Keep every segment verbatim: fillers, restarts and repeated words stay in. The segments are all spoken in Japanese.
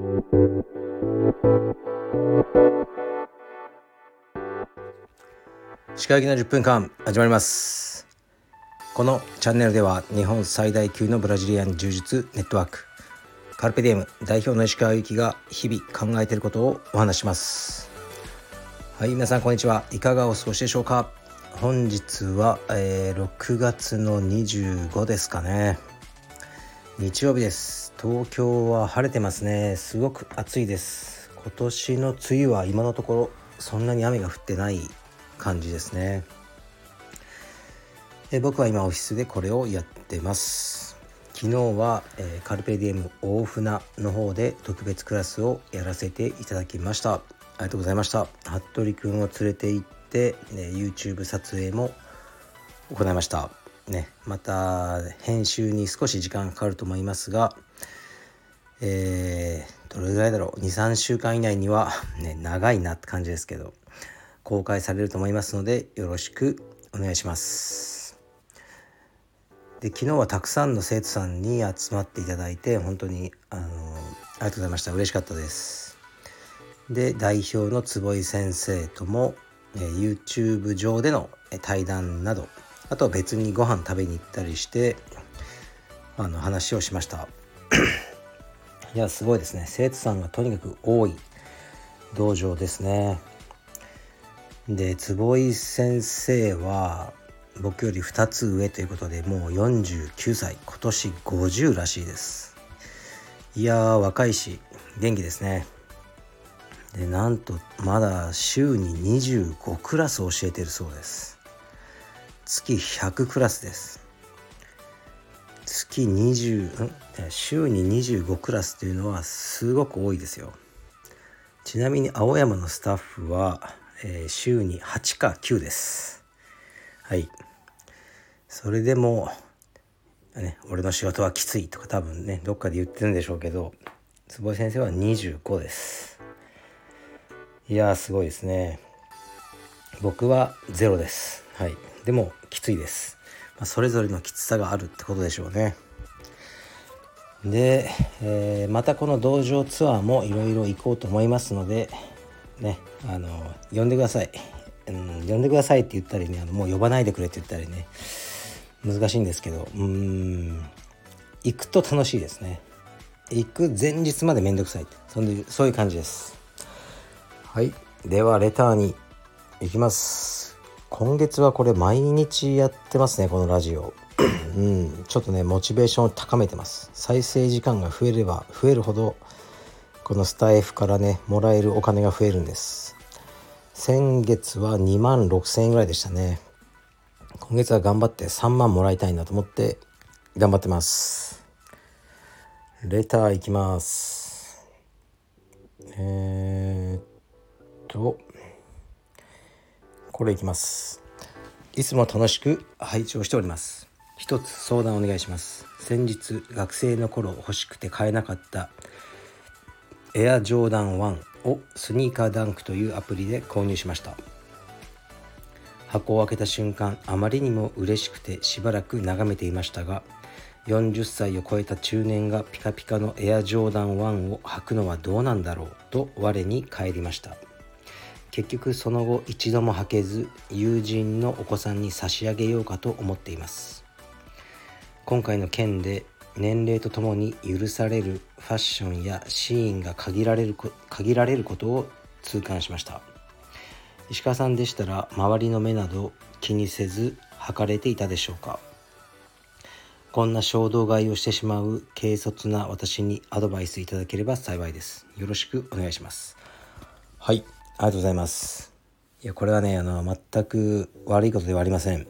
歯科医のじゅっぷんかん始まります。このチャンネルでは日本最大級のブラジリアン柔術ネットワークカルペディエム代表の石川由紀が日々考えていることをお話します。はい、皆さんこんにちは。いかがお過ごしでしょうか。本日は、えー、ろくがつのにじゅうごですかね。日曜日です。東京は晴れてますね。すごく暑いです。今年の梅雨は今のところそんなに雨が降ってない感じですね。え僕は今オフィスでこれをやってます。昨日は、えー、カルペディエム大船の方で特別クラスをやらせていただきました。ありがとうございました。服部くんを連れて行って、ね、YouTube 撮影も行いましたね。また編集に少し時間かかると思いますが、えー、どれぐらいだろう にさんしゅうかん以内には、ね、長いなって感じですけど公開されると思いますのでよろしくお願いします。で昨日はたくさんの生徒さんに集まっていただいて本当にあのありがとうございました。嬉しかったです。で代表の坪井先生とも、えー、YouTube 上での対談などあとは別にご飯食べに行ったりしてあの話をしました。いやすごいですね。生徒さんがとにかく多い道場ですね。で坪井先生は僕よりふたつ上ということでもうよんじゅうきゅうさい、今年ごじゅうらしいです。いやー若いし元気ですね。でなんとまだ週ににじゅうごクラス教えているそうです。月ひゃくクラスです。月にじゅう、ん週ににじゅうごクラスというのはすごく多いですよ。ちなみに青山のスタッフは、えー、週にはちかきゅうです。はい。それでも、ね、俺の仕事はきついとか多分ねどっかで言ってるんでしょうけど坪井先生はにじゅうごです。いやーすごいですね。僕はゼロです。はい。でもきついです。まあ、それぞれのきつさがあるってことでしょうね。で、えー、またこの道場ツアーもいろいろ行こうと思いますのでね、あの呼んでください、うん、呼んでくださいって言ったりねあのもう呼ばないでくれって言ったりね難しいんですけどうーん行くと楽しいですね。行く前日までめんどくさいってそんでそういう感じです。はい、ではレターに行きます。今月はこれ毎日やってますねこのラジオうん、ちょっとねモチベーションを高めてます。再生時間が増えれば増えるほどこのスタイフからねもらえるお金が増えるんです。先月はにまんろくせんえんぐらいでしたね。今月は頑張ってさんまんもらいたいなと思って頑張ってます。レターいきます。えー、っとこれいきます。いつも楽しく拝聴しております。一つ相談お願いします。先日学生の頃欲しくて買えなかったエアジョーダンワンをスニーカーダンクというアプリで購入しました。箱を開けた瞬間あまりにも嬉しくてしばらく眺めていましたがよんじゅっさいを超えた中年がピカピカのエアジョーダンワンを履くのはどうなんだろうと我に返りました。結局その後一度も履けず友人のお子さんに差し上げようかと思っています。今回の件で年齢とともに許されるファッションやシーンが限られるこ、限られることを痛感しました。石川さんでしたら周りの目など気にせず履かれていたでしょうか。こんな衝動買いをしてしまう軽率な私にアドバイスいただければ幸いです。よろしくお願いします。はい、ありがとうございます。いやこれはねあの全く悪いことではありません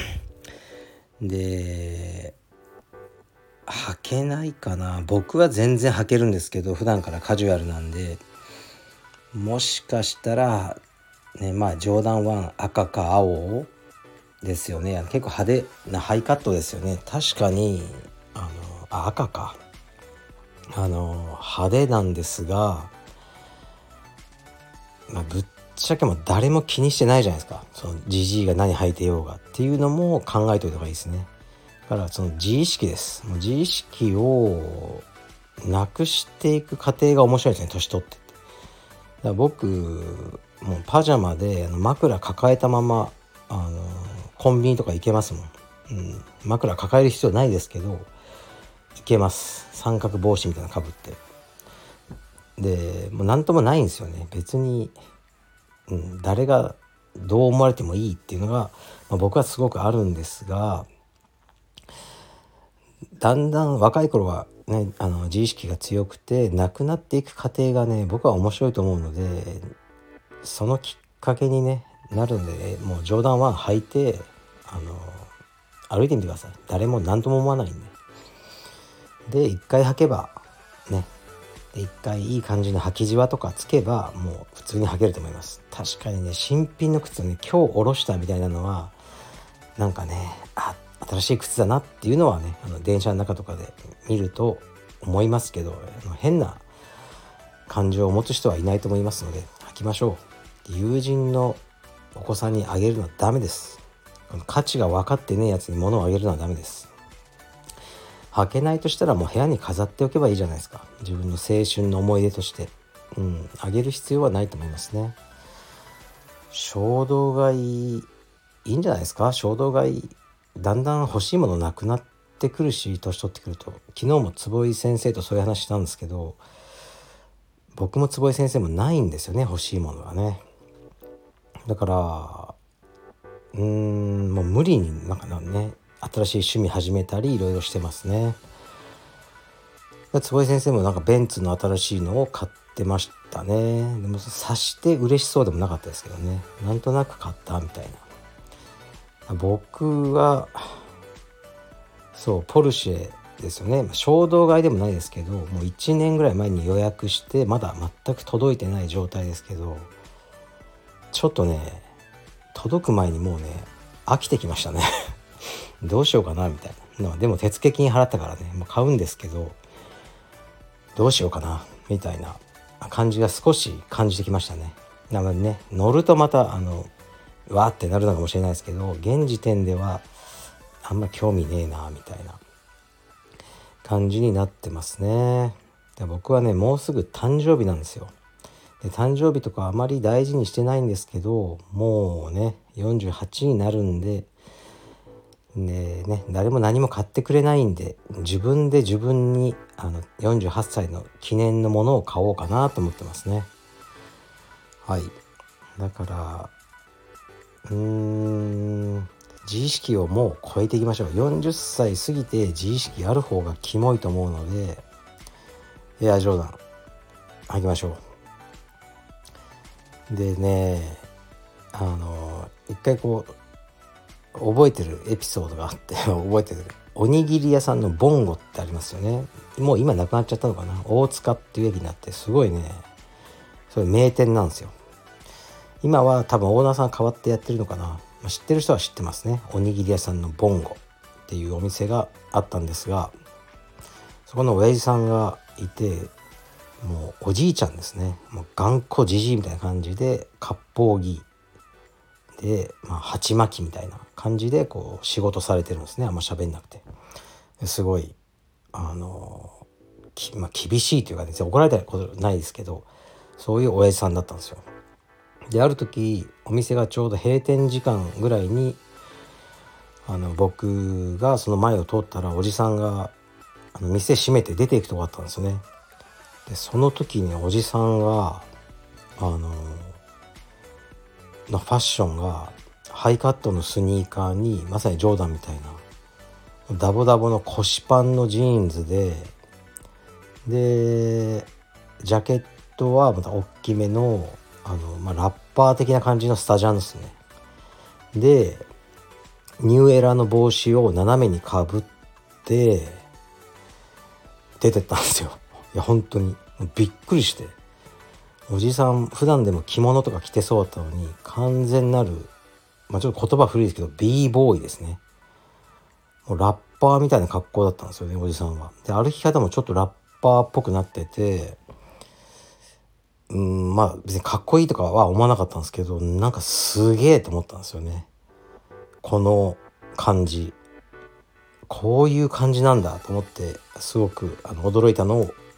で履けないかな。僕は全然履けるんですけど普段からカジュアルなんでもしかしたらねまあジョーダンワン赤か青ですよね。結構派手なハイカットですよね。確かにあのあ赤かあの派手なんですが、まあ、ぶっちゃけもう誰も気にしてないじゃないですか。そのジジイが何履いてようがっていうのも考えておいた方がいいですね。だからその自意識です。もう自意識をなくしていく過程が面白いですね、年取ってって。だから僕もうパジャマで枕抱えたままあのコンビニとか行けますもん、うん、枕抱える必要ないですけど行けます。三角帽子みたいなのかぶって、でもう何ともないんですよね別に、うん、誰がどう思われてもいいっていうのが、まあ、僕はすごくあるんですが、だんだん若い頃はねあの自意識が強くてなくなっていく過程がね僕は面白いと思うので、そのきっかけに、ね、なるんで、ね、もう冗談は吐いてあの歩いてみてください。誰も何とも思わないんで。で一回履けばねで一回いい感じの履きじわとかつけばもう普通に履けると思います。確かにね新品の靴をね今日下ろしたみたいなのはなんかねあ新しい靴だなっていうのはねあの電車の中とかで見ると思いますけど、あの変な感情を持つ人はいないと思いますので履きましょう。友人のお子さんにあげるのはダメです。この価値が分かってねえやつに物をあげるのはダメです。履けないとしたらもう部屋に飾っておけばいいじゃないですか。自分の青春の思い出として、うん、あげる必要はないと思いますね。衝動買いいいんじゃないですか。衝動買いだんだん欲しいものなくなってくるし、年取ってくると。昨日も坪井先生とそういう話したんですけど、僕も坪井先生もないんですよね欲しいものがね。だからうーんもう無理になんかね新しい趣味始めたりいろいろしてますね。坪井先生もなんかベンツの新しいのを買ってましたね。でも察して嬉しそうでもなかったですけどね、なんとなく買ったみたいな。僕はそうポルシェですよね。衝動買いでもないですけどもういちねんぐらい前に予約してまだ全く届いてない状態ですけど、ちょっとね届く前にもうね飽きてきましたねどうしようかなみたいな。でも手付金払ったからねもう買うんですけどどうしようかなみたいな感じが少し感じてきましたね。なのでね乗るとまたあのわーってなるのかもしれないですけど、現時点ではあんま興味ねえなみたいな感じになってますね。で僕はねもうすぐ誕生日なんですよ。で誕生日とかあまり大事にしてないんですけど、もうねよんじゅうはちになるんででね、誰も何も買ってくれないんで自分で自分にあのよんじゅうはっさいの記念のものを買おうかなと思ってますね。はい。だからうーん自意識をもう超えていきましょう。よんじゅっさい過ぎて自意識ある方がキモいと思うのでエアジョーダン履きましょう。でねあの一回こう覚えてるエピソードがあって覚えてるおにぎり屋さんのボンゴってありますよね。もう今なくなっちゃったのかな。大塚っていう駅になってすごいねそういう名店なんですよ。今は多分オーナーさん変わってやってるのかな、まあ、知ってる人は知ってますね。おにぎり屋さんのボンゴっていうお店があったんですが、そこの親父さんがいてもうおじいちゃんですね。もう頑固じじいみたいな感じで割烹着で、まあ、鉢巻きみたいな感じでこう仕事されてるんですね。あんま喋んなくてすごいあの、まあ、厳しいというか、ね、怒られたことないですけどそういう親父さんだったんですよ。である時お店がちょうど閉店時間ぐらいにあの僕がその前を通ったらおじさんがあの店閉めて出ていくとこだったんですよね。でその時におじさんがあののファッションがハイカットのスニーカーにまさにジョーダンみたいなダボダボの腰パンのジーンズででジャケットはまた大きめのあの、まあ、ラッパー的な感じのスタジャンですね。でニューエラの帽子を斜めにかぶって出てったんですよ。いや本当にびっくりして、おじさん普段でも着物とか着てそうだったのに完全なる、まあ、ちょっと言葉古いですけど B ボーイですね。もうラッパーみたいな格好だったんですよねおじさんは。で歩き方もちょっとラッパーっぽくなってて、うーんまあ別にかっこいいとかは思わなかったんですけど、なんかすげえと思ったんですよね。この感じこういう感じなんだと思ってすごくあの驚いたのを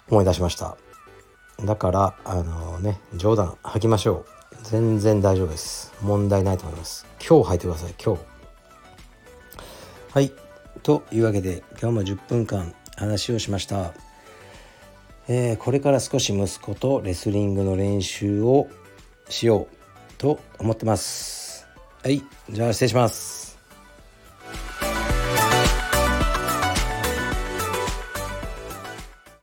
思い出しました。だからあのね冗談吐きましょう。全然大丈夫です。問題ないと思います。今日吐いてください。今日。はい、というわけで今日もじゅっぷんかん話をしました。えー、これから少し息子とレスリングの練習をしようと思ってます。はい、じゃあ失礼します。